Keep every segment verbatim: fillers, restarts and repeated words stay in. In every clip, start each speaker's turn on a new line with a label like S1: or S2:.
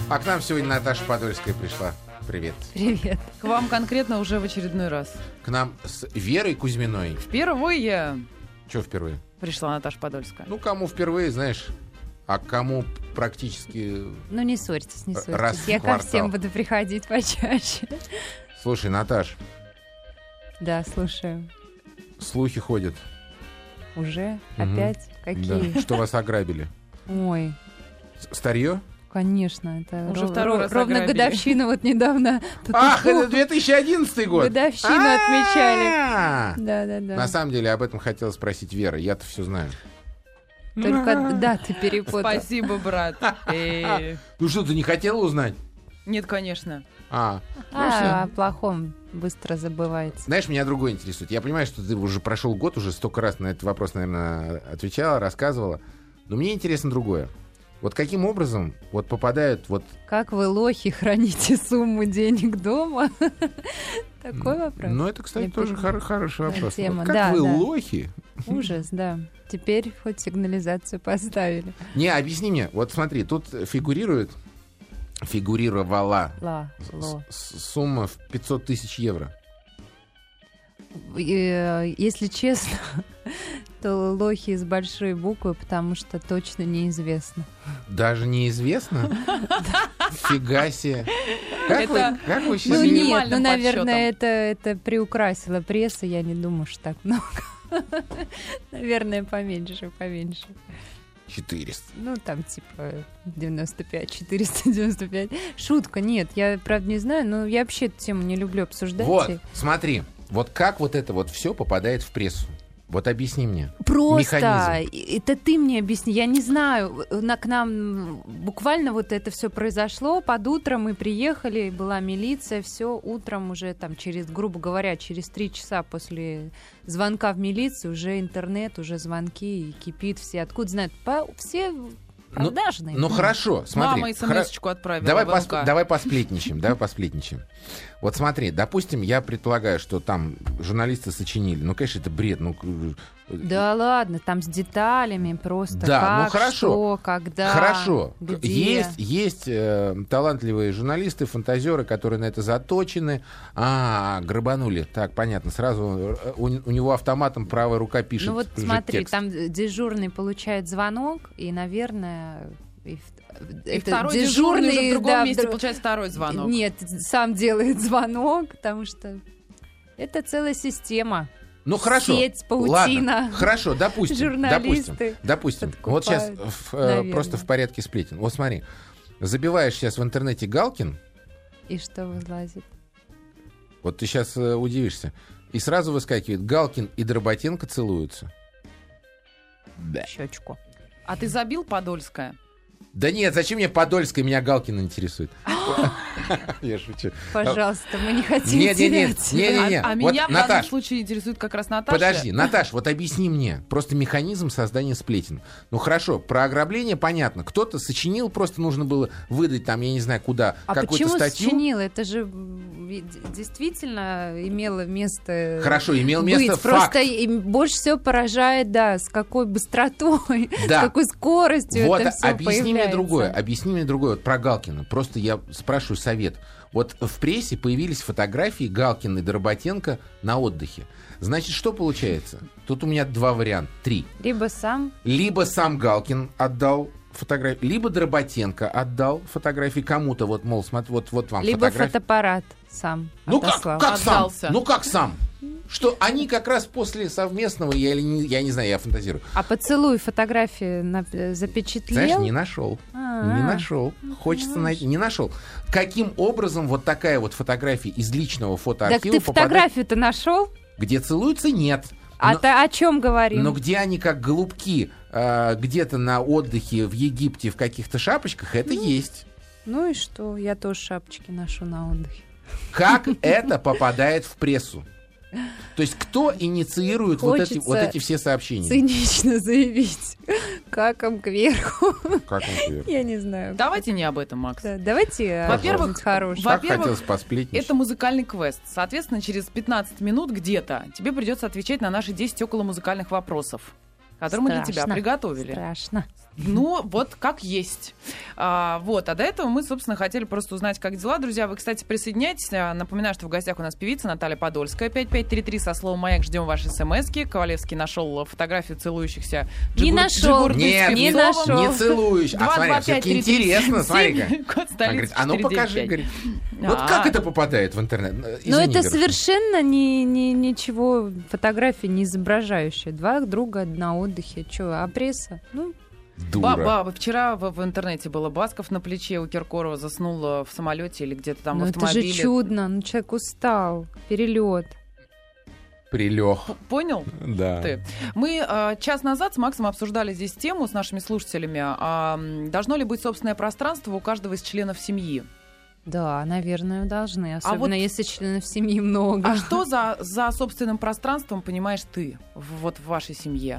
S1: А к нам сегодня Наташа Подольская пришла. Привет.
S2: Привет.
S3: К вам конкретно уже в очередной раз.
S1: К нам с Верой Кузьминой.
S3: Впервые
S1: Что впервые?
S3: пришла Наташа Подольская.
S1: Ну, кому впервые, знаешь, а кому практически...
S2: Ну, не ссорьтесь, не ссорьтесь.
S1: Раз в
S2: Я ко
S1: квартал.
S2: всем буду приходить почаще.
S1: Слушай, Наташ,
S2: Да, слушаю.
S1: слухи ходят.
S2: Уже?
S1: Мгм.
S2: Опять? Какие?
S1: Да, что вас ограбили.
S2: Ой,
S1: С- Старье?
S2: конечно. Это
S3: Уже
S2: ров-
S3: второй
S2: ров-
S3: раз
S2: ровно
S3: ограбили.
S2: годовщину вот недавно.
S1: Ах, это две тысячи одиннадцатый год.
S2: Годовщину отмечали.
S1: А-а-а.
S2: Да-да-да.
S1: На самом деле об этом хотела спросить Вера. Я-то все знаю.
S2: Только даты перепутал.
S3: Спасибо, брат. Э,
S1: Ну что, ты не хотела узнать?
S3: Нет, конечно.
S1: А,
S2: А, о плохом быстро забывается.
S1: знаешь, меня другое интересует. Я понимаю, что ты уже прошел год, уже столько раз на этот вопрос, наверное, отвечала, рассказывала. Но мне интересно другое. Вот каким образом вот попадают вот...
S2: Как вы, лохи, храните сумму денег дома? Такой вопрос.
S1: Ну, это, кстати,
S2: Я
S1: тоже
S2: понимаю.
S1: хор- хороший вопрос.
S2: Тема,
S1: Вот как
S2: да,
S1: вы
S2: да.
S1: лохи?
S2: Ужас, да. Теперь хоть сигнализацию поставили.
S1: Не, объясни мне. Вот смотри, тут фигурирует, фигурировала
S2: Ла, ло.
S1: с- сумма в пятьсот тысяч евро.
S2: Э, Если честно, то лохи с большой буквы, потому что точно неизвестно.
S1: Даже неизвестно? Фига себе. Как вы,
S3: Это-
S1: как вы
S2: Ну
S1: считаете?
S2: нет, ну,
S3: минимальным
S2: наверное, это, это приукрасила пресса, я не думаю, что так много. Наверное, поменьше, поменьше.
S1: четыреста.
S2: Ну, там типа девяносто пять, четыреста девяносто пять. Шутка, нет, я правда не знаю, но я вообще эту тему не люблю обсуждать.
S1: Вот,
S2: И-
S1: смотри, вот как вот это вот все попадает в прессу? Вот объясни мне.
S2: Просто,
S1: Механизм.
S2: и- это ты мне объясни, я не знаю, на, к нам буквально вот это все произошло, под утро мы приехали, была милиция, все, утром уже там через, грубо говоря, через три часа после звонка в милицию уже интернет, уже звонки, и кипит все, откуда знают, по, все продажные.
S1: Ну хорошо, смотри.
S3: Мама
S1: хра-
S3: смс-очку отправила
S1: Давай,
S3: в
S1: пос-
S3: ЛК.
S1: давай посплетничаем, давай посплетничаем. Вот смотри, допустим, я предполагаю, что там журналисты сочинили. Ну, конечно, это бред. Ну,
S2: Да ладно, там с деталями просто,
S1: Да,
S2: как,
S1: ну хорошо.
S2: что, когда,
S1: хорошо.
S2: где.
S1: Есть, есть э, талантливые журналисты, фантазеры, которые на это заточены. А, грабанули. Так, понятно. Сразу э, у, у него автоматом правая рука пишет.
S2: Ну вот
S1: уже
S2: смотри,
S1: текст.
S2: там дежурный получает звонок, и, наверное, и, в-
S3: И
S2: это
S3: второй дежурный уже в другом
S2: да,
S3: месте
S2: вдруг-
S3: получает второй звонок.
S2: Нет, сам делает звонок, потому что это целая система.
S1: Ну хорошо.
S2: Сеть, паутина.
S1: Ладно, хорошо, допустим.
S2: Журналисты
S1: Допустим. допустим. Вот сейчас
S2: подкупают,
S1: в- э,
S2: наверное.
S1: просто в порядке сплетен. Вот смотри. Забиваешь сейчас в интернете Галкин,
S2: И что вылазит?
S1: вот ты сейчас удивишься, и сразу выскакивает: Галкин и Дроботенко целуются. Да.
S2: Щечку.
S3: А ты забил Подольская?
S1: Да нет, зачем мне Подольская, меня Галкин интересует. Я шучу.
S2: Пожалуйста, мы не хотим
S1: Нет, нет, нет,
S2: терять.
S1: нет, нет, нет.
S3: А, а
S1: Вот,
S3: меня в
S1: Наташ,
S3: данном случае интересует как раз Наташа.
S1: подожди, Наташ, вот объясни мне просто механизм создания сплетен. Ну хорошо, про ограбление понятно. Кто-то сочинил, просто нужно было выдать там, я не знаю куда,
S2: А
S1: какую-то
S2: почему
S1: статью.
S2: сочинил? Это же м, д- действительно имело место
S1: Хорошо, имел
S2: быть.
S1: место
S2: Просто
S1: факт.
S2: и больше всего поражает, да, с какой быстротой,
S1: Да.
S2: с какой скоростью
S1: Вот,
S2: это все
S1: объясни мне
S2: появляется.
S1: другое, объясни мне другое, вот про Галкина. Просто я спрашиваю совет. Вот в прессе появились фотографии Галкина и Дроботенко на отдыхе. Значит, что получается? Тут у меня два варианта, три.
S2: Либо сам,
S1: Либо сам Галкин отдал фотографии, либо Дроботенко отдал фотографии кому-то. Вот, мол, смотри, вот, вот вам
S2: либо
S1: фотография.
S2: фотоаппарат сам
S1: Ну как,
S2: отослал.
S1: как сам?
S3: Отдался.
S1: Ну как сам? Что они как раз после совместного, я, или не, я не знаю, я фантазирую.
S2: А поцелуй фотографии на- запечатлел?
S1: Знаешь, не нашел.
S2: А-а.
S1: Не нашел. Хочется найти. Не нашел. Каким образом вот такая вот фотография из личного
S2: Так
S1: фотоархива
S2: ты
S1: попадает?
S2: фотографию-то нашел?
S1: Где целуются, нет.
S2: А
S1: Но-
S2: ты о чем говорим?
S1: Но где они как голубки э, где-то на отдыхе в Египте в каких-то шапочках, это есть.
S2: Ну и что? Я тоже шапочки ношу на отдыхе.
S1: Как это попадает в прессу? То есть кто инициирует вот эти,
S2: Хочется
S1: вот эти все сообщения?
S2: Цинично заявить. Каком кверху.
S1: Как он вверх?
S2: Я не знаю.
S3: Давайте не об этом, Макс.
S2: Да, давайте
S3: Во-первых,
S2: о хорошем.
S3: во-
S1: Так
S3: Во-первых,
S1: хотелось посплетничать.
S3: Это музыкальный квест. Соответственно, через пятнадцать минут где-то тебе придется отвечать на наши десять около музыкальных вопросов, которые мы для тебя
S2: Страшно.
S3: приготовили.
S2: Страшно.
S3: Ну, вот как есть. А, вот, а до этого мы, собственно, хотели просто узнать, как дела. Друзья, вы, кстати, присоединяйтесь. Напоминаю, что в гостях у нас певица Наталья Подольская. пять пять три три со словом «Маяк». Ждем ваши смски. Ковалевский нашел фотографию целующихся.
S2: Не нашел.
S1: Нет,
S2: не
S1: не,
S2: нашел.
S1: не целующих. А смотри, все-таки интересно, смотри-ка. А ну покажи, говорит. Вот как это попадает в интернет?
S2: Ну, это совершенно не, не, ничего, фотографии не изображающие. Два друга на отдыхе. Че, а пресса? Ну,
S1: дура.
S3: Баба, вчера в, в интернете было Басков на плече у Киркорова заснул в самолете или где-то там
S2: ну
S3: в автомобиле.
S2: Это же чудно. Ну, человек устал. Перелет.
S1: Прилег.
S3: Понял?
S1: Да.
S3: Ты. Мы э, час назад с Максом обсуждали здесь тему с нашими слушателями. Э, должно ли быть собственное пространство у каждого из членов семьи?
S2: Да, наверное, должны. Особенно, а вот, если членов семьи много.
S3: А что за, за собственным пространством понимаешь ты в, вот в вашей семье?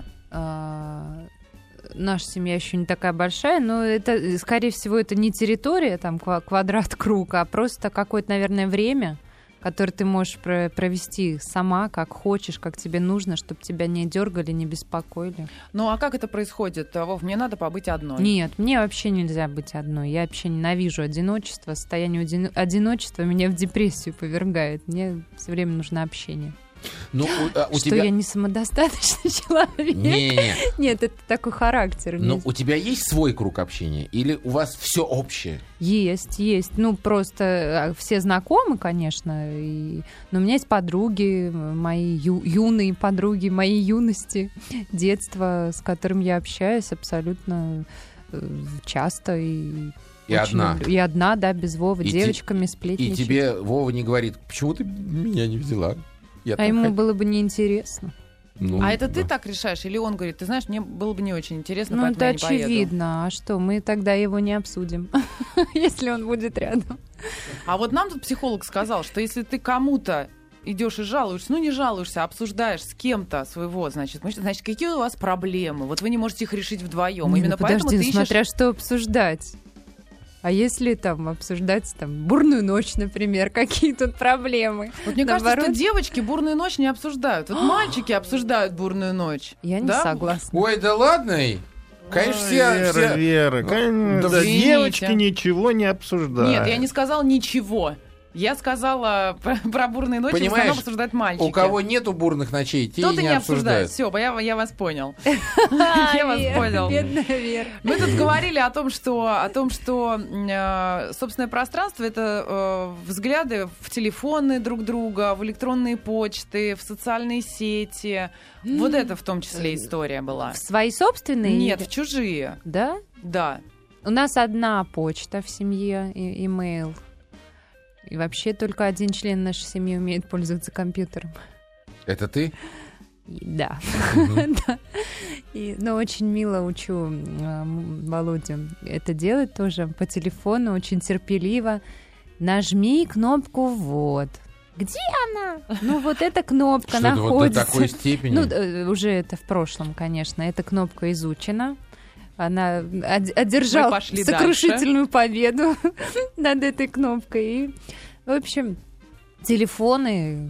S2: А, наша семья еще не такая большая, но это, скорее всего, это не территория, там, квадрат-круг, а просто какое-то, наверное, время, которое ты можешь провести сама, как хочешь, как тебе нужно, чтобы тебя не дергали, не беспокоили.
S3: Ну, а как это происходит? Вов, мне надо побыть одной.
S2: Нет, мне вообще нельзя быть одной. Я вообще ненавижу одиночество. Состояние один... одиночества меня в депрессию повергает. Мне все время нужно общение.
S1: Ну, у, а, у
S2: что
S1: тебя...
S2: я не самодостаточный человек.
S1: Не, не.
S2: Нет, это такой характер.
S1: Но у тебя есть свой круг общения? Или у вас все общее?
S2: Есть, есть. Ну, просто все знакомы, конечно. И... Но у меня есть подруги, мои ю... юные подруги, моей юности, детства, с которым я общаюсь абсолютно часто. И,
S1: и одна?
S2: Люблю. И одна, да, без Вовы, и девочками
S1: те...
S2: сплетничать.
S1: И тебе Вова не говорит, почему ты меня не взяла? Я
S2: а ему хот... было бы неинтересно.
S3: Ну, а это да. ты так решаешь? Или он говорит, ты знаешь, мне было бы не очень интересно,
S2: ну,
S3: поэтому я не поеду?
S2: Ну, это очевидно. А что, мы тогда его не обсудим, если он будет рядом.
S3: А вот нам тут психолог сказал, что если ты кому-то идешь и жалуешься, ну не жалуешься, а обсуждаешь с кем-то своего, значит, значит, какие у вас проблемы? Вот вы не можете их решить вдвоем.
S2: Не,
S3: Именно
S2: ну,
S3: поэтому
S2: подожди,
S3: ты ищешь...
S2: смотря что обсуждать. А если там обсуждать там бурную ночь, например, какие тут проблемы?
S3: Вот мне
S2: Наоборот...
S3: кажется, что девочки бурную ночь не обсуждают. Вот мальчики обсуждают бурную ночь.
S2: Я не
S3: да?
S2: согласна.
S1: Ой, да ладно. Конечно,
S4: Ой,
S1: все...
S4: Вера,
S1: все...
S4: Вера, конечно, да, девочки ничего не обсуждают.
S3: Нет, я не сказала ничего. Я сказала про, про бурные ночи, в основном обсуждают мальчики.
S1: У кого нету бурных ночей, те и не,
S3: не
S1: обсуждают.
S3: Все, я, я вас понял. Я вас понял.
S2: Бедная Вера.
S3: Мы тут говорили о том, что, о том, что э, собственное пространство — это э, взгляды в телефоны друг друга, в электронные почты, в социальные сети. Вот это в том числе история была.
S2: В свои собственные?
S3: Нет, в чужие.
S2: Да?
S3: Да.
S2: У нас одна почта в семье, имейл. И вообще только один член нашей семьи умеет пользоваться компьютером.
S1: Это ты?
S2: И, да. да. И, но очень мило учу э, Володю это делать тоже по телефону, очень терпеливо. Нажми кнопку «Вот». Где она? Ну, вот эта кнопка
S1: Что-то
S2: находится.
S1: Вот до такой степени?
S2: Ну, э, уже это в прошлом, конечно. Эта кнопка изучена. Она одержала сокрушительную дальше. победу над этой кнопкой. И, в общем, телефоны...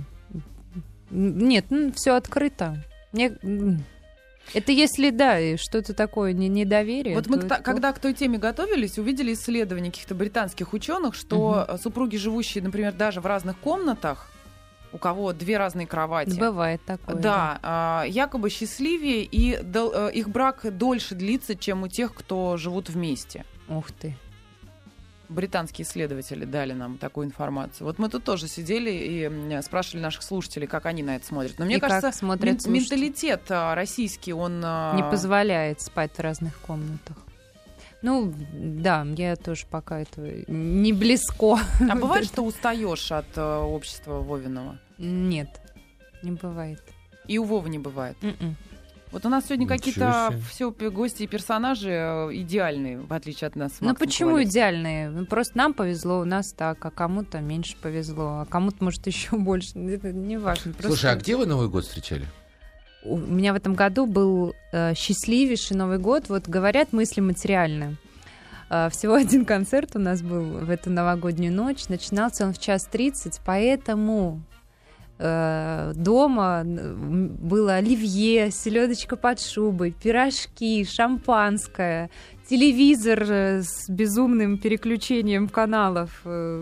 S2: Нет, ну, все открыто. Мне... Это если, да, что-то такое недоверие.
S3: Вот мы,
S2: то,
S3: когда к той теме готовились, увидели исследования каких-то британских ученых, что угу. супруги, живущие, например, даже в разных комнатах, у кого две разные кровати.
S2: Бывает такое.
S3: Да, да. якобы счастливее, и их брак дольше длится, чем у тех, кто живут вместе.
S2: Ух ты.
S3: Британские исследователи дали нам такую информацию. Вот мы тут тоже сидели и спрашивали наших слушателей, как они на это смотрят. Но мне
S2: и
S3: кажется,
S2: мен-
S3: менталитет российский, он...
S2: Не позволяет спать в разных комнатах. Ну, да, я тоже пока это не близко.
S3: А бывает, что устаешь от э, общества Вовиного?
S2: Нет, не бывает.
S3: И у Вовы не бывает?
S2: Mm-mm.
S3: Вот у нас сегодня Ничего какие-то все гости и персонажи идеальные, в отличие от нас.
S2: Ну почему Ковалев. идеальные? Просто нам повезло, у нас так, а кому-то меньше повезло, а кому-то, может, еще больше. Это не важно.
S1: Слушай, просто... а где вы Новый год встречали?
S2: У меня в этом году был э, счастливейший Новый год. Вот говорят, мысли материальные. Э, всего один концерт у нас был в эту новогоднюю ночь. Начинался он в час тридцать, поэтому э, дома было оливье, селедочка под шубой, пирожки, шампанское, телевизор с безумным переключением каналов.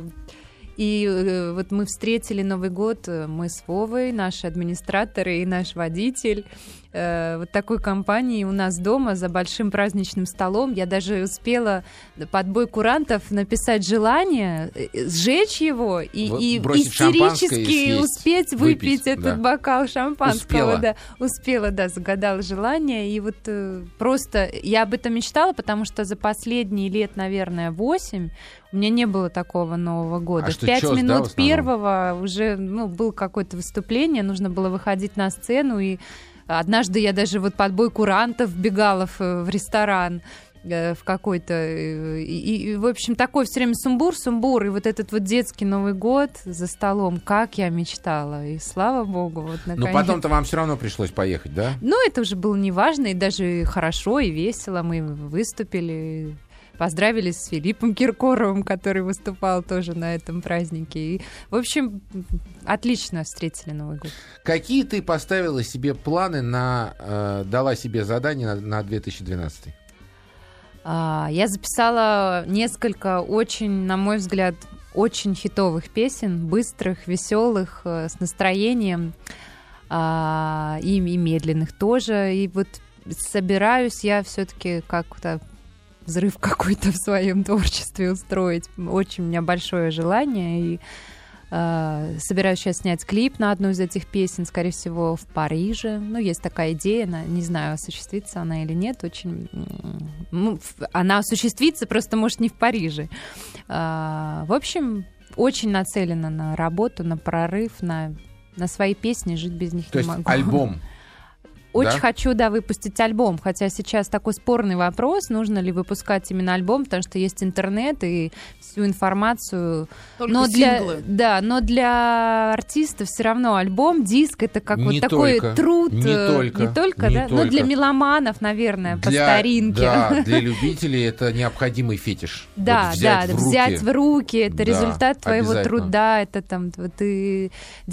S2: И э, вот мы встретили Новый год, мы с Вовой, наши администраторы и наш водитель, э, вот такой компанией у нас дома за большим праздничным столом. Я даже успела под бой курантов написать желание, сжечь его и, вот, и истерически успеть выпить, выпить этот да. бокал шампанского. Успела. Да, успела, да, загадала желание. И вот э, просто я об этом мечтала, потому что за последние лет, наверное, восемь у меня не было такого Нового года. А в пять минут да, первого уже ну, было какое-то выступление, нужно было выходить на сцену, и однажды я даже вот под бой курантов бегала в, в ресторан э, в какой-то, и, и, и, в общем, такой все время сумбур-сумбур, и вот этот вот детский Новый год за столом, как я мечтала, и слава богу, вот наконец.
S1: Но потом-то вам все равно пришлось поехать, да?
S2: Ну, это уже было неважно, и даже хорошо, и весело, мы выступили. Поздравили с Филиппом Киркоровым, который выступал тоже на этом празднике. И, в общем, отлично встретили Новый год.
S1: Какие ты поставила себе планы на... Э, дала себе задание на, на две тысячи двенадцатый?
S2: А, я записала несколько очень, на мой взгляд, очень хитовых песен, быстрых, веселых, э, с настроением, а, и, и медленных тоже. И вот собираюсь я все-таки как-то взрыв какой-то в своем творчестве устроить. Очень у меня большое желание. И э, собираюсь сейчас снять клип на одну из этих песен, скорее всего, в Париже. Ну, есть такая идея, она, не знаю, осуществится она или нет. Очень, ну, она осуществится, просто, может, не в Париже. Э, в общем, очень нацелена на работу, на прорыв, на, на свои песни, жить без них
S1: То
S2: не
S1: есть
S2: могу.
S1: Альбом?
S2: Очень
S1: да?
S2: хочу, да, выпустить альбом, хотя сейчас такой спорный вопрос, нужно ли выпускать именно альбом, потому что есть интернет и всю информацию.
S3: Только
S2: но для,
S3: синглы.
S2: да, но для артистов все равно альбом, диск, это как
S1: не
S2: вот такой
S1: только,
S2: труд.
S1: Не только.
S2: Не только,
S1: не
S2: да?
S1: только.
S2: Но для меломанов, наверное,
S1: для,
S2: по старинке.
S1: Да, для любителей это необходимый фетиш.
S2: Да,
S1: вот взять
S2: да,
S1: в руки.
S2: взять в руки, это
S1: да,
S2: результат твоего труда, это там, вот и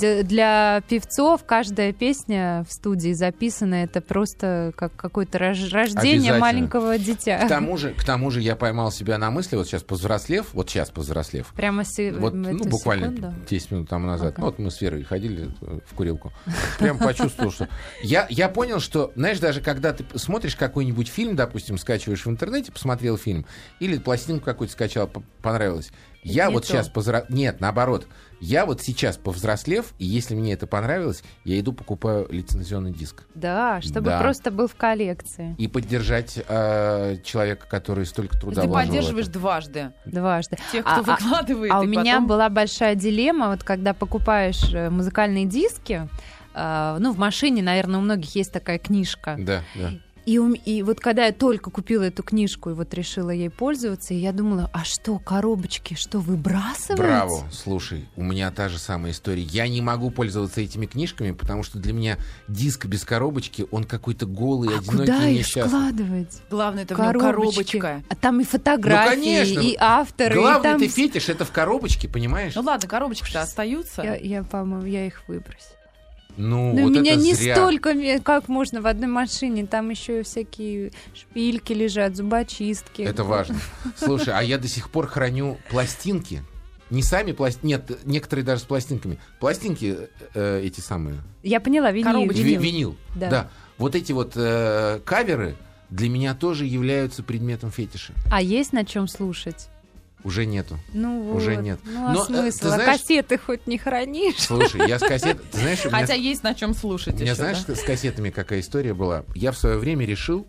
S2: для певцов каждая песня в студии записана, это просто как какое-то рождение маленького дитя.
S1: К тому же, к тому же я поймал себя на мысли, вот сейчас повзрослев, вот сейчас повзрослев.
S2: Прямо си-
S1: вот, ну, буквально
S2: секунду?
S1: десять минут тому назад.
S2: Okay.
S1: Ну, вот мы с Верой ходили в курилку. Прям почувствовал, что... Я, я понял, что, знаешь, даже когда ты смотришь какой-нибудь фильм, допустим, скачиваешь в интернете, посмотрел фильм, или пластинку какую-то скачал, понравилось. Я
S2: не
S1: вот
S2: то.
S1: сейчас повзрослев... Нет, наоборот. Я вот сейчас повзрослев, и если мне это понравилось, я иду покупаю лицензионный диск.
S2: Да, чтобы
S1: да.
S2: просто был в коллекции.
S1: И поддержать э, человека, который столько труда
S3: Ты
S1: вложил. Ты
S3: поддерживаешь дважды.
S2: Дважды.
S3: Тех, кто
S2: а,
S3: выкладывает.
S2: А, а
S3: и
S2: у меня
S3: потом...
S2: была большая дилемма, вот когда покупаешь музыкальные диски, э, ну, в машине, наверное, у многих есть такая книжка.
S1: Да, да.
S2: И, и вот когда я только купила эту книжку и вот решила ей пользоваться, я думала, а что, коробочки, что, выбрасывать?
S1: Браво, слушай, у меня та же самая история. Я не могу пользоваться этими книжками, потому что для меня диск без коробочки, он какой-то голый,
S2: а
S1: одинокий,
S2: куда их
S1: несчастный.
S2: Складывать?
S3: Главное, это в нем коробочка.
S2: А там и фотографии,
S1: ну, конечно.
S2: и авторы.
S1: Главный
S2: и там...
S1: ты фетиш, это в коробочке, понимаешь?
S3: Ну ладно, коробочки-то остаются.
S2: Я, я по-моему, я их выбросила.
S1: Ну,
S2: Но
S1: вот
S2: у меня
S1: это
S2: не
S1: зря.
S2: столько, как можно в одной машине. Там еще всякие шпильки лежат, зубочистки.
S1: Это важно. Слушай, а я до сих пор храню пластинки. Не сами пластинки, нет, некоторые даже с пластинками. Пластинки э, эти самые.
S2: Я поняла, винил.
S1: Коробочки.
S2: Винил.
S1: винил.
S2: Да.
S1: да. Вот эти вот э, каверы для меня тоже являются предметом фетиша.
S2: А есть на чем слушать?
S1: Уже нету.
S2: Ну
S1: Уже
S2: вот.
S1: нет.
S2: Ну а
S1: Но,
S2: смысл?
S1: ты знаешь,
S2: а кассеты хоть не хранишь?
S1: Слушай, я с кассет... Ты знаешь, у меня...
S3: Хотя есть на чем слушать.
S1: У меня,
S3: еще,
S1: знаешь,
S3: да?
S1: с кассетами какая история была? Я в свое время решил,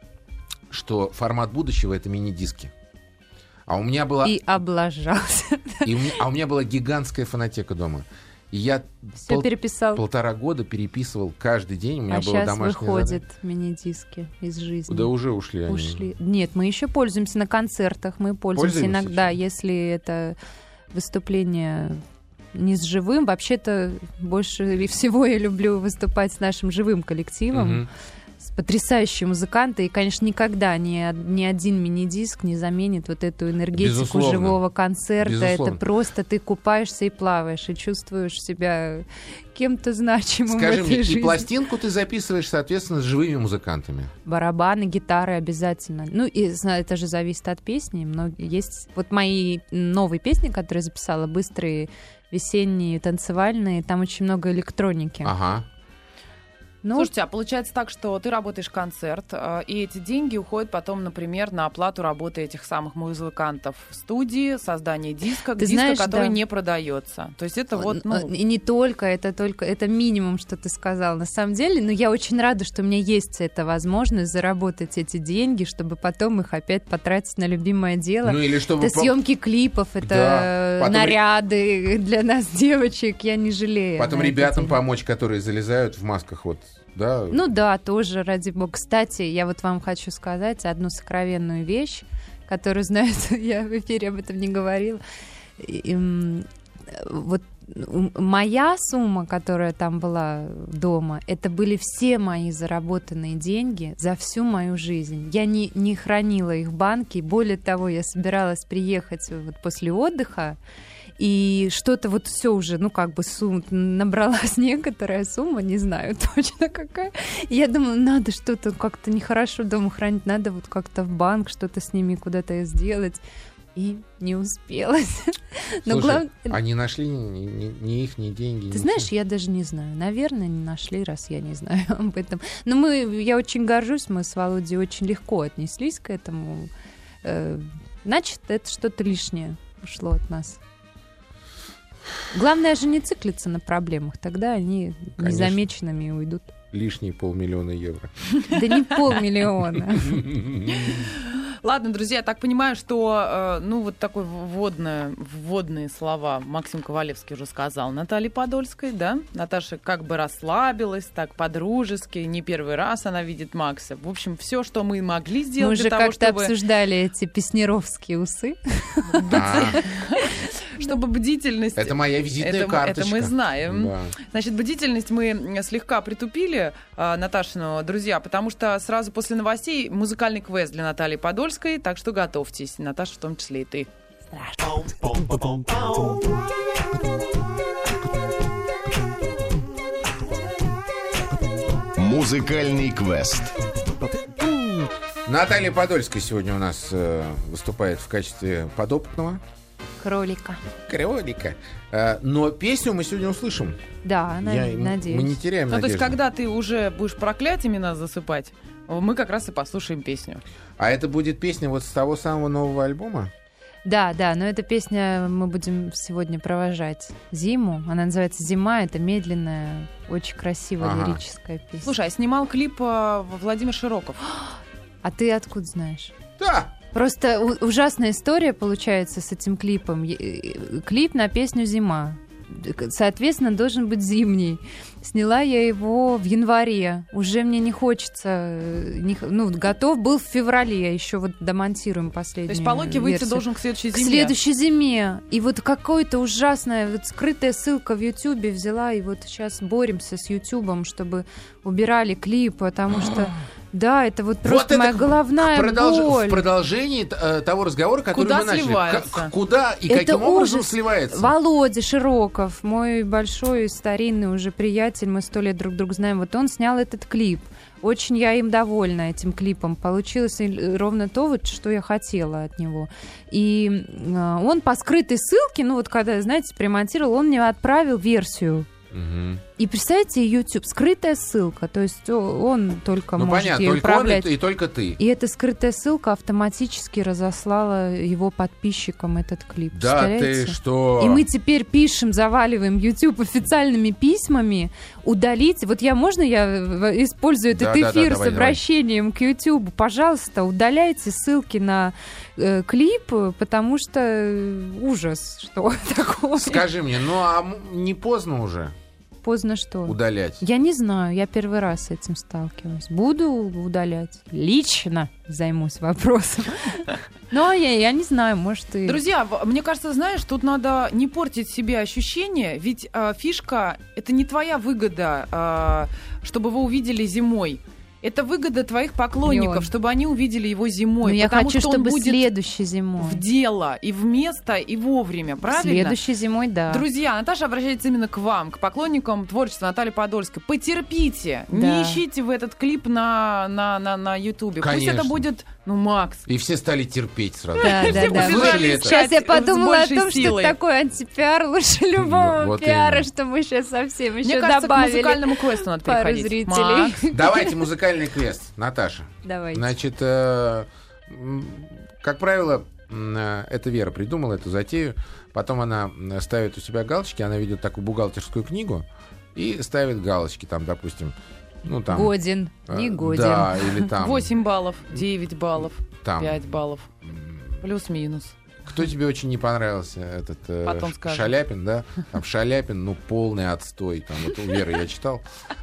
S1: что формат будущего — это мини-диски. А у меня была...
S2: И облажался.
S1: И у меня... А у меня была гигантская фонотека дома. И я
S2: Все
S1: пол...
S2: переписал.
S1: полтора года переписывал каждый день. У меня
S2: а
S1: было
S2: сейчас
S1: домашнее
S2: выходят
S1: задание.
S2: мини-диски из жизни.
S1: Да уже ушли они.
S2: Ушли. Нет, мы еще пользуемся на концертах. Мы пользуемся,
S1: Пользуемся
S2: иногда,
S1: еще?
S2: если это выступление не с живым. Вообще-то больше всего я люблю выступать с нашим живым коллективом.
S1: Мгм.
S2: С потрясающие музыканты, и, конечно, никогда ни, ни один мини-диск не заменит вот эту энергетику
S1: Безусловно.
S2: живого концерта.
S1: Безусловно.
S2: Это просто ты купаешься и плаваешь, и чувствуешь себя кем-то значимым
S1: Скажи
S2: в этой
S1: мне,
S2: жизни.
S1: и пластинку ты записываешь, соответственно, с живыми музыкантами?
S2: Барабаны, гитары обязательно. Ну, и знаю, это же зависит от песни. Многие есть... Вот мои новые песни, которые я записала, быстрые, весенние, танцевальные, там очень много электроники.
S1: Ага.
S2: Ну,
S3: Слушайте, а получается так, что ты работаешь концерт, э, и эти деньги уходят потом, например, на оплату работы этих самых музыкантов в студии, создание диска,
S2: Ты
S3: диска,
S2: знаешь,
S3: который
S2: да.
S3: не продается. То есть это вот, ну...
S2: И не только, это только, это минимум, что ты сказал. На самом деле, но я очень рада, что у меня есть эта возможность заработать эти деньги, чтобы потом их опять потратить на любимое дело.
S1: Ну или чтобы...
S2: Это
S1: по-
S2: съемки клипов, это
S1: Да. Потом
S2: наряды для нас, девочек, я не жалею.
S1: Потом
S2: на это
S1: ребятам
S2: денег.
S1: помочь, которые залезают в масках, вот, да?
S2: Ну да, тоже, ради бога. Кстати, я вот вам хочу сказать одну сокровенную вещь, которую, знаете, я в эфире об этом не говорила. И, м, вот м, моя сумма, которая там была дома, это были все мои заработанные деньги за всю мою жизнь. Я не, не хранила их в банке. Более того, я собиралась приехать вот после отдыха, и что-то вот все уже, ну, как бы сумма, набралась некоторая сумма, не знаю точно какая. И я думала, надо что-то как-то нехорошо дома хранить, надо вот как-то в банк что-то с ними куда-то сделать. И не успелась. Но
S1: Слушай,
S2: главное...
S1: они нашли ни, ни- ни их, ни деньги.
S2: Ты
S1: ничего?
S2: знаешь, я даже не знаю. Наверное, не нашли, раз я не знаю об этом. Но мы, я очень горжусь, мы с Володей очень легко отнеслись к этому. Э, Значит, это что-то лишнее ушло от нас. Главное же не циклиться на проблемах, тогда они
S1: Конечно.
S2: незамеченными уйдут.
S1: Лишние полмиллиона евро.
S2: Да не полмиллиона.
S3: Ладно, друзья, я так понимаю, что, э, ну, вот такое вводное, вводные слова Максим Ковалевский уже сказал Наталье Подольской, да? Наташа как бы расслабилась, так по-дружески, не первый раз она видит Макса. В общем, все, что мы могли
S2: Мы
S3: сделать
S2: уже
S3: для того,
S2: как-то
S3: чтобы...
S2: обсуждали эти песнеровские усы.
S1: А,
S3: чтобы бдительность...
S1: это моя визитная
S3: это,
S1: карточка.
S3: это мы знаем.
S1: Да.
S3: Значит, бдительность мы слегка притупили, а, Наташину, друзья, потому что сразу после новостей музыкальный квест для Натальи Подольской, так что готовьтесь, Наташа в том числе и ты.
S5: Музыкальный квест.
S1: Наталья Подольская сегодня у нас э, выступает в качестве подопытного
S2: Кролика.
S1: кролика. Э, но песню мы сегодня услышим.
S2: Да, на-
S1: Я-
S2: надеюсь.
S1: Мы не теряем
S3: Ну, то есть,
S1: надежды.
S3: когда ты уже будешь проклятиями нас засыпать, мы как раз и послушаем песню.
S1: А это будет песня вот с того самого нового альбома?
S2: Да, да, но эта песня мы будем сегодня провожать зиму. Она называется «Зима». Это медленная, очень красивая
S1: Ага.
S2: лирическая песня.
S3: Слушай, а снимал клип э, Владимир Широков.
S2: А ты откуда знаешь?
S1: Да!
S2: Просто у- ужасная история получается с этим клипом. Е- э, Клип на песню «Зима». Соответственно, должен быть зимний. Сняла я его в январе. Уже мне не хочется... э, не х- ну, готов был в феврале. Еще вот домонтируем последнюю
S3: То есть по логике выйти
S2: версию.
S3: должен к следующей
S2: К
S3: зиме.
S2: следующей зиме. И вот какое-то ужасная, вот скрытая ссылка в Ютубе взяла, и вот сейчас боремся с Ютубом, чтобы убирали клип, потому что, да, это вот просто
S1: это
S2: моя головная
S1: Продолж-
S2: боль.
S1: В продолжении э, того разговора, который
S3: Куда
S1: мы начали.
S3: сливается?
S1: К- куда и
S2: Это
S1: каким образом
S2: ужас.
S1: сливается?
S2: Володя Широков, мой большой старинный уже приятель, мы сто лет друг друга знаем, вот он снял этот клип. Очень я им довольна этим клипом. Получилось и ровно то, вот, что я хотела от него. И э, он по скрытой ссылке, ну вот когда, знаете, примонтировал, он мне отправил версию.
S1: Мгм.
S2: И представьте, YouTube, скрытая ссылка, то есть о- он только
S1: Ну
S2: может
S1: понятно,
S2: ей
S1: только он
S2: управлять.
S1: и, и только ты.
S2: И эта скрытая ссылка автоматически разослала его подписчикам этот клип.
S1: Да
S2: Представляете?
S1: ты что?
S2: И мы теперь пишем, заваливаем YouTube официальными письмами, удалить. Вот я, можно я в- использую этот
S1: Да, да, да,
S2: эфир
S1: давай,
S2: с обращением к YouTube? Пожалуйста, удаляйте ссылки на э, клип, потому что э, ужас, что такое.
S1: Скажи мне, ну а м- не поздно уже
S2: Поздно что?
S1: удалять?
S2: Я не знаю, я первый раз с этим сталкиваюсь. Буду удалять. Лично займусь вопросом. Но я, я не знаю, может и...
S3: Друзья, в- мне кажется, знаешь, тут надо не портить себе ощущения, ведь э, фишка — это не твоя выгода, э, чтобы вы увидели зимой. Это выгода твоих поклонников,
S2: Миллион.
S3: чтобы они увидели его зимой.
S2: Но я
S3: потому
S2: хочу,
S3: что он
S2: чтобы
S3: будет
S2: следующей зимой.
S3: в дело, и в место, и вовремя, правильно?
S2: Следующей зимой, да.
S3: Друзья, Наташа обращается именно к вам, к поклонникам творчества Натальи Подольской. Потерпите,
S2: Да.
S3: не ищите в этот клип на, на, на, на Ютубе. Пусть
S1: Конечно.
S3: это будет, ну, Макс.
S1: И все стали терпеть сразу.
S2: Да, да,
S3: Все
S2: да.
S1: Слышали это?
S2: Сейчас я
S3: С
S2: подумала о
S3: большей
S2: том,
S3: силой.
S2: что такой антипиар лучше любого
S1: вот
S2: пиара,
S1: именно.
S2: что мы сейчас совсем
S3: Мне
S2: еще
S3: кажется, к
S2: добавили.
S3: музыкальному квесту надо
S2: пару
S3: переходить.
S2: зрителей.
S3: Макс.
S1: Давайте музыкальный квест, Наташа.
S2: Давайте.
S1: Значит, э, м, как правило, м, э, это Вера придумала эту затею. Потом она м, ставит у себя галочки, она ведет такую бухгалтерскую книгу и ставит галочки, там, допустим, ну там...
S2: Годен,
S1: э,
S2: не годен.
S1: Да, или там...
S3: восемь баллов, девять баллов,
S1: там
S3: пять баллов. Плюс-минус.
S1: Кто тебе очень не понравился? Этот э,
S3: Потом
S1: Ш-
S3: скажем.
S1: Шаляпин, да? Там Шаляпин, ну, полный отстой. Там вот у Веры я читал.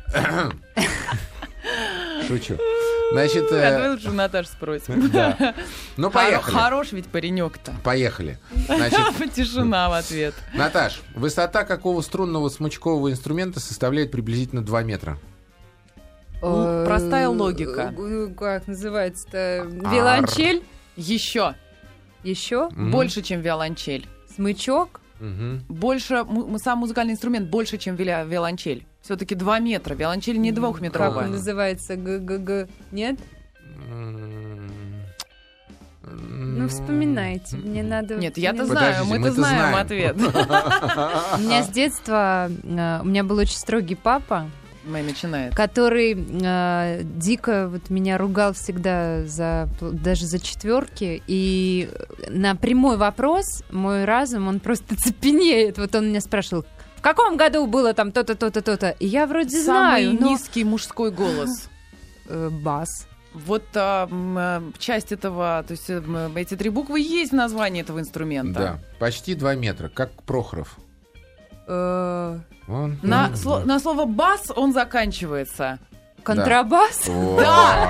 S1: Шучу. Значит,
S3: А
S1: э,
S3: давай лучше у Наташи спросим.
S1: да. Ну,
S3: Хоро-
S1: поехали.
S3: Хорош ведь паренек-то.
S1: Поехали. Значит,
S3: Тишина в ответ.
S1: Наташ, высота какого струнного смычкового инструмента составляет приблизительно два метра?
S3: Л- простая логика.
S2: Э, Как называется-то?
S1: Ар.
S2: Виолончель?
S3: Еще.
S2: Еще?
S1: Мгм.
S3: Больше, чем виолончель.
S2: Смычок?
S1: Мгм.
S3: Больше, му- сам музыкальный инструмент больше, чем виля- виолончель. Все-таки два метра. Виолончель не
S2: Как
S3: двухметровая.
S2: он называется? ГГГ? Нет?
S1: М,
S2: Ну, вспоминайте. Мне надо...
S3: Нет, я-то
S2: мне-
S3: знаю,
S1: Подождите,
S3: мы-то
S1: мы-то
S3: знаем
S1: знаем.
S3: ответ.
S2: У меня с детства... э, У меня был очень строгий папа,
S3: Мэй начинает.
S2: который э, дико вот меня ругал всегда за даже за четверки, и на прямой вопрос мой разум, он просто цепенеет. Вот он меня спрашивал, в каком году было там то-то, то-то, то-то? И я вроде
S3: Самый
S2: знаю, но...
S3: низкий мужской голос.
S2: Э, бас.
S3: Вот а, м, а, часть этого, то есть э, м, эти три буквы есть в названии этого инструмента.
S1: Да, почти два метра, как Прохоров.
S2: Э,
S1: Он-
S3: На,
S1: М,
S3: сло- на слово бас он заканчивается.
S2: контрабас?
S1: О.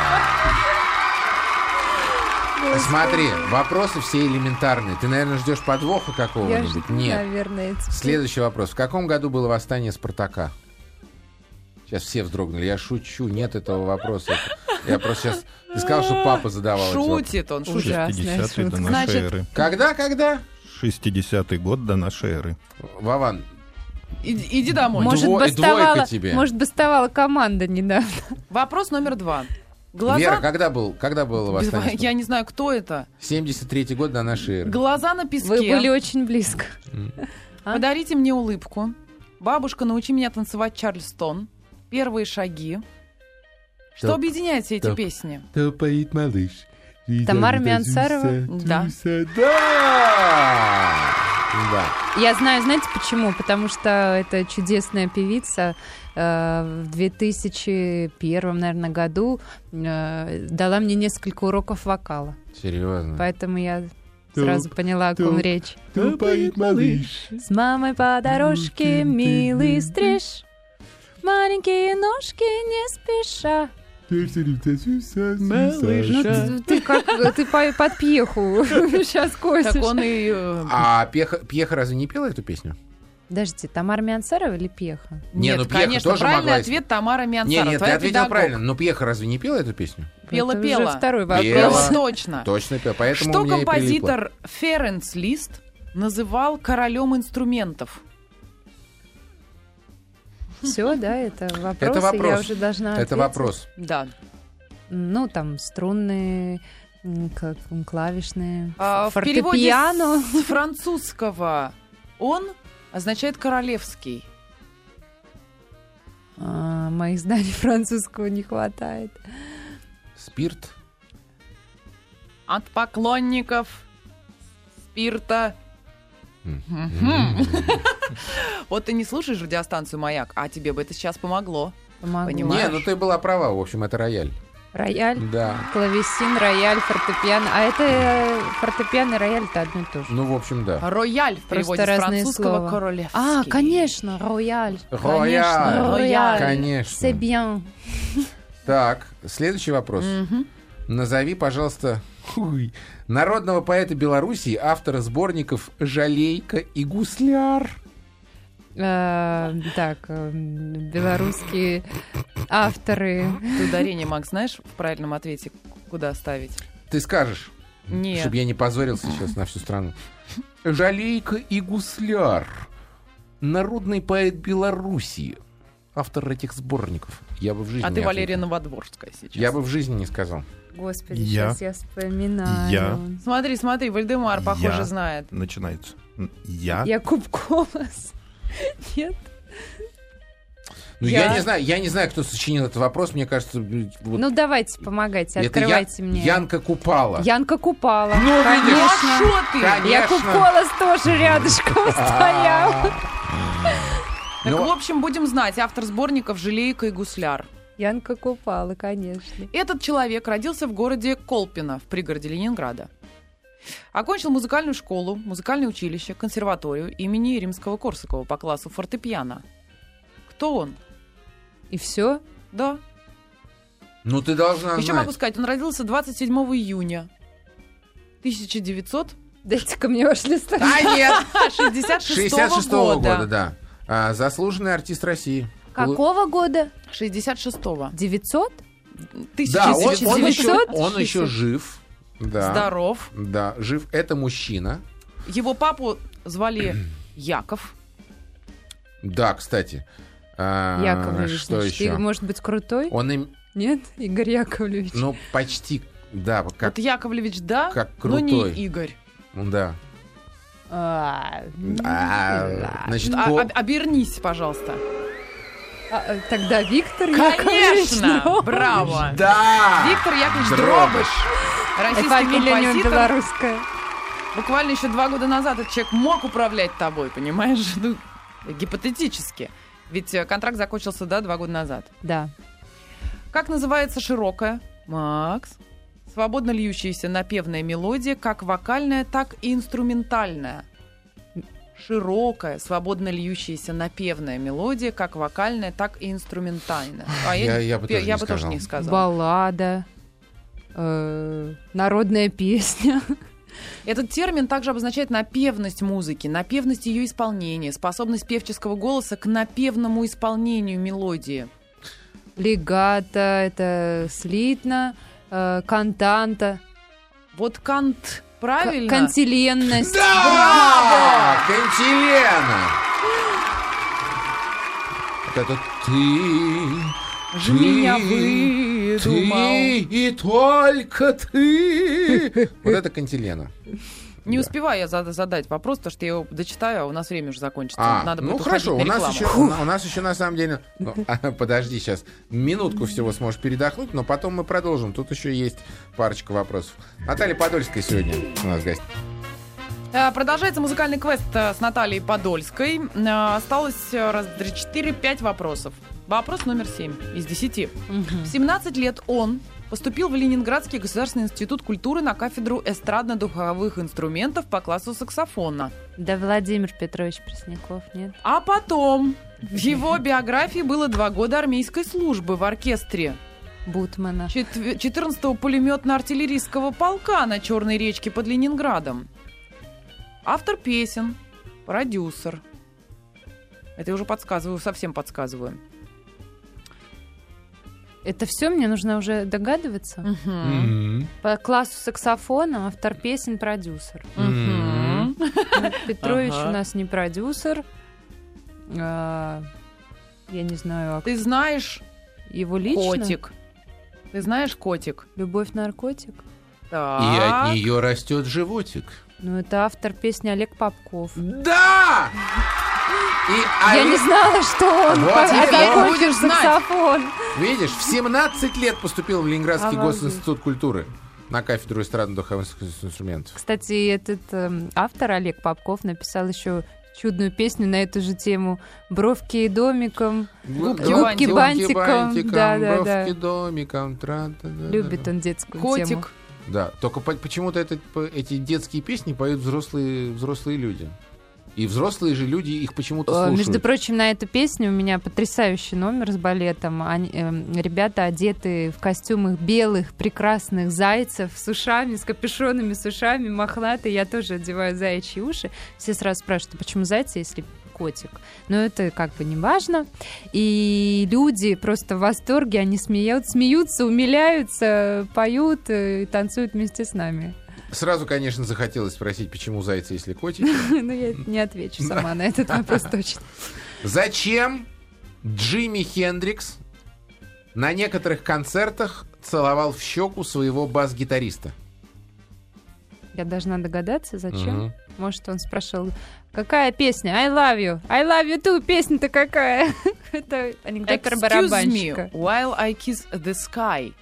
S1: Смотри, вопросы все элементарные. Ты, наверное, ждешь подвоха
S2: Я
S1: какого-нибудь?
S2: жду,
S1: Нет.
S2: наверное, эти-
S1: Следующий вопрос. В каком году было восстание Спартака? Сейчас все вздрогнули. Я шучу, нет этого вопроса. Я просто сейчас... Ты сказал, что папа задавал эти вопросы.
S3: Шутит он, шутит.
S2: Ужасная
S4: шестидесятый до
S2: шутка.
S4: нашей
S3: Значит,
S4: эры.
S1: Когда, когда?
S4: шестидесятый год до нашей эры.
S1: Вован,
S3: Иди, иди домой.
S2: Может,
S1: Дво-
S2: бастовала,
S1: двойка тебе.
S2: может, бастовала команда недавно.
S3: Вопрос номер два. Глаза...
S1: Вера, когда, был, когда было восстание Спартака?
S3: Я не знаю, кто это.
S1: семьдесят третий год до нашей эры.
S3: Глаза на песке.
S2: Вы были очень близко. А?
S3: Подарите мне улыбку. Бабушка, научи меня танцевать Чарльстон. Первые шаги. Что
S1: Топ,
S3: объединяет все эти
S1: топ.
S3: песни?
S1: Топает малыш.
S2: Тамара Миансарова?
S3: Да.
S1: Да! Да.
S2: Я знаю, знаете почему? Потому что эта чудесная певица э, в две тысячи первом, наверное, году э, дала мне несколько уроков вокала.
S1: Серьезно.
S2: Поэтому я сразу поняла, о ком
S1: топ.
S2: речь.
S1: Топает малыш.
S2: С мамой по дорожке, милый стриж. Маленькие ножки не спеша. Ну, ты как ты по- под пьеху сейчас косишь.
S3: Так он и... э,
S1: А Пьеха, Пьеха разве не пела эту песню?
S2: Подождите, Тамара Миансарова или Пьеха?
S1: Не,
S3: Нет,
S1: ну Пьеха
S3: конечно,
S1: тоже
S3: правильный
S1: могла
S3: ответ Тамара
S1: Не,
S3: Миансарова.
S1: нет, ты
S3: твоя
S1: ответила
S3: педагог.
S1: правильно. Но Пьеха разве не пела эту песню?
S3: Пела,
S2: Это
S3: пела.
S2: уже второй вопрос.
S1: Пела.
S3: Точно.
S1: Точно пела. Поэтому
S3: Что
S1: у меня и прилипло.
S3: композитор Ференц Лист называл королем инструментов?
S2: Все, да, это вопрос.
S1: Это вопрос.
S2: Я уже должна
S1: Это
S2: ответить.
S1: вопрос.
S3: Да.
S2: Ну, там струнные, м, как, м, клавишные,
S3: А, в переводе
S2: фортепиано.
S3: с французского он означает королевский.
S2: А, моих знаний французского не хватает.
S1: Спирт.
S3: От поклонников спирта.
S1: М.
S3: Вот ты не слушаешь радиостанцию «Маяк», а тебе бы это сейчас помогло.
S2: Помогу.
S3: Понимаешь?
S1: Не, ну ты была права. В общем, это рояль.
S2: Рояль,
S1: Да.
S2: клавесин, рояль, фортепиано. А это э, фортепиано и рояль это одно и то же.
S1: Ну, в общем, да.
S3: Рояль в переводе
S2: Просто
S3: с
S2: разные
S3: французского
S2: слова.
S3: королевский.
S2: А, конечно, рояль.
S1: Рояль.
S3: рояль.
S1: Конечно.
S2: C'est bien.
S1: Так, следующий вопрос.
S3: Мгм.
S1: Назови, пожалуйста, хуй, народного поэта Белоруссии, автора сборников «Жалейка» и «Гусляр».
S2: Э, Так, э, белорусские авторы.
S3: Ты ударение, Макс, знаешь, в правильном ответе куда ставить?
S1: Ты скажешь,
S3: Нет.
S1: чтобы я не позорился сейчас на всю страну. Жалейка и гусляр. Народный поэт Белоруссии. Автор этих сборников. Я бы в жизни
S3: А
S1: не
S3: ты
S1: ответил.
S3: Валерия Новодворская сейчас.
S1: Я бы в жизни не сказал.
S2: Господи,
S4: Я.
S2: сейчас я вспоминаю.
S4: Я.
S3: Смотри, смотри, Вальдемар, похоже,
S4: Я.
S3: знает.
S4: Начинается. Я.
S2: Якуб Колос. Нет?
S1: Ну, я...
S2: Я.
S1: не знаю, я не знаю, кто сочинил этот вопрос. Мне кажется, вот
S2: Ну, давайте, помогайте,
S1: это
S2: открывайте
S1: Я-
S2: мне.
S1: Янка Купала.
S2: Янка Купала.
S1: Ну, видишь?
S2: Конечно.
S3: А шо ты?
S1: Конечно.
S2: Якуб Колос тоже рядышком стоял.
S3: Так,
S1: Ну,
S3: в общем, будем знать. Автор сборников «Жалейка и гусляр».
S2: Янка Купала, конечно.
S3: Этот человек родился в городе Колпино, в пригороде Ленинграда. Окончил музыкальную школу, музыкальное училище, консерваторию имени Римского-Корсакова по классу фортепиано. Кто он?
S2: И все?
S3: Да.
S1: ну, ты должна
S3: Еще
S1: знать.
S3: могу сказать, он родился двадцать седьмого июня тысяча девятьсот
S2: Дайте-ка мне ваш лист.
S1: А, нет!
S3: шестьдесят
S1: шестьдесят шестого
S3: года.
S1: года, да. А, заслуженный артист России.
S2: Какого года?
S3: шестьдесят шестого.
S2: девятьсот?
S1: Да, он, он
S3: тысяча девятьсот.
S1: еще, он еще жив. Да.
S3: Здоров.
S1: Да, жив. Это мужчина.
S3: Его папу звали Яков.
S1: Да, кстати. А,
S2: Яковлевич.
S1: Что
S2: значит.
S1: еще?
S2: И, может быть, крутой?
S1: Он им,
S2: Нет? Игорь Яковлевич.
S1: ну, почти, да, как,
S3: Вот Яковлевич, да,
S1: как
S3: но не
S1: крутой.
S3: Игорь.
S1: да.
S2: А,
S1: А, значит,
S3: А-
S1: ко-
S3: об- обернись, пожалуйста.
S2: а, Тогда Виктор Яковлевич
S3: Конечно!
S2: Дробыш.
S3: Браво!
S1: Да!
S3: Виктор Яковлевич
S1: Дробыш.
S3: Дробыш.
S2: И
S3: Российский
S2: фамилия у него
S3: композитор.
S2: белорусская.
S3: Буквально еще два года назад этот человек мог управлять тобой, понимаешь? Ну, гипотетически. Ведь э, контракт закончился, да, два года назад.
S2: Да.
S3: Как называется широкая, Макс, свободно льющаяся напевная мелодия, как вокальная, так и инструментальная? Широкая, свободно льющаяся напевная мелодия, как вокальная, так и инструментальная. А
S1: Я- я бы
S3: пе-
S1: тоже
S3: я
S1: не
S3: бы тоже
S1: сказал.
S3: не сказала.
S2: Баллада. э, Народная песня.
S3: Этот термин также обозначает напевность музыки, напевность ее исполнения, способность певческого голоса к напевному исполнению мелодии.
S2: Легато, это слитно, э, кантанта,
S3: Вот кант, правильно?
S2: к- кантиленность.
S1: Да! Кантилена! Вот это ты,
S3: Же
S1: ты,
S3: меня выдумал.
S1: ты и только ты. Вот это Кантилена.
S3: Не
S1: Да.
S3: успеваю я зада- задать вопрос, потому что я его дочитаю, а у нас время уже закончится.
S1: А,
S3: Надо
S1: ну
S3: будет
S1: хорошо, у
S3: уходить на
S1: нас, еще,
S3: рекламу.
S1: у, на- у нас еще на самом деле... ну, подожди, сейчас минутку всего сможешь передохнуть, но потом мы продолжим. Тут еще есть парочка вопросов. Наталья Подольская сегодня у нас в гостях.
S3: Э, Продолжается музыкальный квест э, с Натальей Подольской. Э, Осталось э, раз, три, четыре, пять вопросов. Вопрос номер семь из десяти. В семнадцать лет он поступил в Ленинградский государственный институт культуры на кафедру эстрадно-духовых инструментов по классу саксофона.
S2: Да, Владимир Петрович Пресняков, нет?
S3: А потом в его биографии было два года армейской службы в оркестре
S2: Бутмана.
S3: чет- четырнадцатого пулеметно-артиллерийского полка на Черной речке под Ленинградом. Автор песен, продюсер. Это я уже подсказываю, совсем подсказываю.
S2: Это все мне нужно уже догадываться?
S3: Мгм.
S2: По классу саксофона, автор песен, продюсер.
S3: Мгм.
S2: Ну, Петрович
S3: Ага.
S2: у нас не продюсер. А, Я не знаю, а
S3: Ты знаешь
S2: его лично?
S3: котик? Ты знаешь котик?
S2: Любовь наркотик?
S3: Так.
S1: И от нее растет животик.
S2: Ну, это автор песни Олег Попков.
S1: Да! И
S2: Я
S1: Олег-
S2: не знала, что он
S1: Вот
S2: по-
S1: теперь
S2: закончил
S3: будешь знать.
S2: саксофон.
S1: Видишь, в семнадцать лет поступил в Ленинградский
S2: Обалдеть.
S1: госинститут культуры на кафедру эстрадно-духовых инструментов.
S2: Кстати, этот эм, автор Олег Попков написал еще чудную песню на эту же тему «Бровки домиком».
S3: Губки
S2: Губки
S3: бантиком.
S2: бантиком. Да, да, да.
S1: бровки домиком. тра-та-да-да.
S2: Любит он детскую тему.
S3: Котик.
S1: Да, только по- почему-то это, по- эти детские песни поют взрослые, взрослые люди. И взрослые же люди их почему-то
S2: Э,
S1: слушают.
S2: Между прочим, на эту песню у меня потрясающий номер с балетом. Они, эм, ребята одеты в костюмах белых, прекрасных зайцев с ушами, с капюшонами, с ушами, мохнатые. Я тоже одеваю заячьи уши. Все сразу спрашивают, а почему зайцы, если котик. Но это как бы не важно. И люди просто в восторге, они смеют, смеются, умиляются, поют и танцуют вместе с нами.
S1: Сразу, конечно, захотелось спросить, почему зайцы, если котики.
S2: Ну, я не отвечу сама на этот вопрос точно.
S1: Зачем Джимми Хендрикс на некоторых концертах целовал в щеку своего бас-гитариста?
S2: Я должна догадаться, зачем.
S1: Мгм.
S2: Может, он спрашивал, какая песня? I love you. I love you too. Песня-то какая? Это анекдот про
S3: Excuse me,
S2: барабанщика.
S3: while I kiss the sky.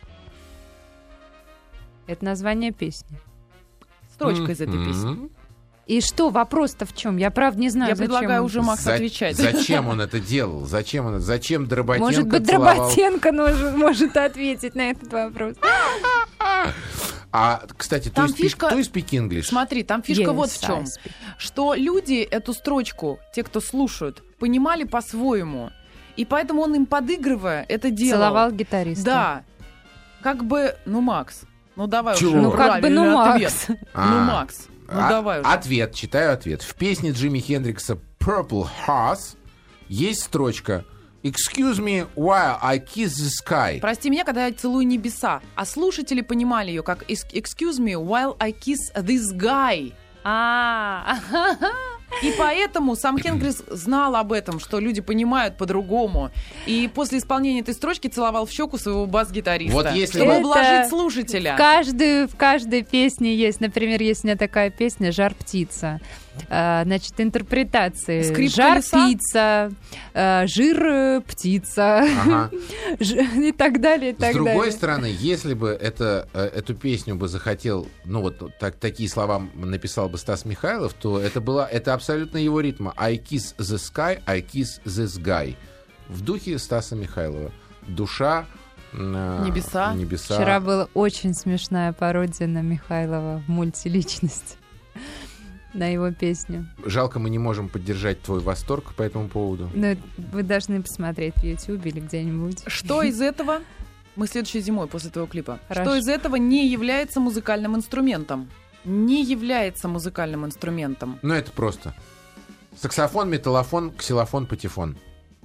S2: Это название песни.
S3: Строчка из этой песни.
S1: Мгм.
S2: И что, вопрос-то в чем? Я правда не знаю,
S3: Я
S2: зачем
S3: предлагаю
S2: он-
S3: уже Макс
S1: За-
S3: отвечать.
S1: Зачем он это делал? Зачем он? Зачем Дроботенко
S2: Может быть,
S1: целовал?
S2: Дроботенко может, может ответить на этот вопрос.
S1: А, кстати, то
S3: Там
S1: есть
S3: фишка-
S1: кто из speak English?
S3: Смотри, там фишка
S2: Yes,
S3: вот в чем.
S2: I speak.
S3: Что люди эту строчку, те, кто слушают, понимали по-своему. И поэтому он им, подыгрывая, это делал.
S2: Целовал гитариста.
S3: Да. Как бы, ну, Макс, ну давай
S1: Чего?
S3: уже
S2: Ну как бы, ну,
S3: правильный ответ.
S2: Макс.
S1: А,
S3: Ну, Макс, ну
S1: а-
S3: давай уже.
S1: Ответ, читаю ответ. В песне Джимми Хендрикса Purple Hearts есть строчка Excuse me while I kiss the sky.
S3: Прости меня, когда я целую небеса. А слушатели понимали ее как «Ex- Excuse me while I kiss this guy.
S2: А,
S3: И поэтому сам Хендрикс знал об этом, что люди понимают по-другому. И после исполнения этой строчки целовал в щеку своего бас-гитариста.
S1: Вот если
S3: чтобы
S1: бы-
S3: ублажить
S2: Это
S3: слушателя.
S2: В каждой, в каждой песне есть, например, есть у меня такая песня «Жар птица». А, значит, интерпретации.
S3: Скрип
S2: Жар
S3: колеса?
S2: птица, а, жир э, птица
S1: Ага.
S2: ж- и так далее, и
S1: С
S2: так
S1: другой
S2: далее.
S1: стороны, если бы это, э, эту песню бы захотел, ну вот так, такие слова написал бы Стас Михайлов, то это была это абсолютно его ритма. I kiss the sky, I kiss this guy. В духе Стаса Михайлова. Душа, э,
S3: Небеса.
S1: небеса.
S2: Вчера была очень смешная пародия на Михайлова в мультиличность. На его песню.
S1: Жалко, мы не можем поддержать твой восторг по этому поводу.
S2: Но вы должны посмотреть в Ютьюбе или где-нибудь.
S3: Что из этого... Мы следующей зимой после твоего клипа.
S2: Хорошо.
S3: Что из этого не является музыкальным инструментом? Не является музыкальным инструментом.
S1: Ну, это просто. Саксофон, металлофон, ксилофон, патефон.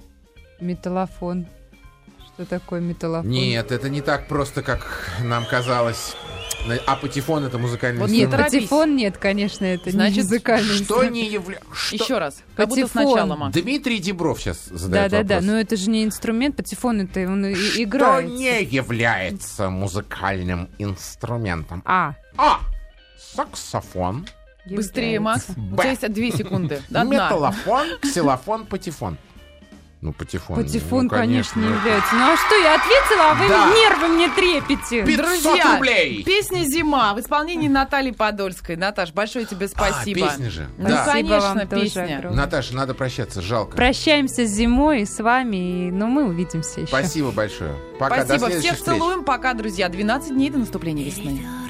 S2: Металлофон. Что такое металлофон?
S1: Нет, это не так просто, как нам казалось. А патефон — это музыкальный
S3: Вот
S2: Нет,
S1: инструмент.
S3: торопись.
S2: патефон нет, конечно, это
S3: Значит,
S2: не музыкальный
S1: Что
S2: инструмент.
S1: не является...
S3: Еще раз. Как будто
S2: Патефон.
S3: сначала, Макс.
S1: Дмитрий Дибров сейчас задает
S2: Да-да-да,
S1: вопрос.
S2: но это же не инструмент, патефон это он и-
S1: Что
S2: играет.
S1: не является музыкальным инструментом?
S2: А,
S1: А. Саксофон.
S3: Быстрее,
S2: является.
S3: Макс. У
S1: Б.
S3: тебя есть две секунды. Одна.
S1: Металлофон, ксилофон, патефон. Ну, патефон.
S2: Патефон,
S1: ну,
S2: конечно, не является. Ну а что, я ответила, а вы
S1: Да.
S2: нервы мне трепете.
S1: пятьсот
S3: Друзья,
S1: рублей.
S3: песня «Зима» в исполнении Натальи Подольской. Наташ, большое тебе спасибо.
S1: А, песня же.
S3: Ну,
S1: Да.
S2: Спасибо
S3: конечно,
S2: вам тоже
S3: песня.
S2: огромное.
S1: Наташа, надо прощаться, жалко.
S2: Прощаемся с зимой с вами, и- но мы увидимся еще.
S1: Спасибо большое. Пока, до
S3: Спасибо.
S1: следующих
S3: Всех
S1: встреч.
S3: целуем. Пока, друзья. двенадцать дней до наступления весны.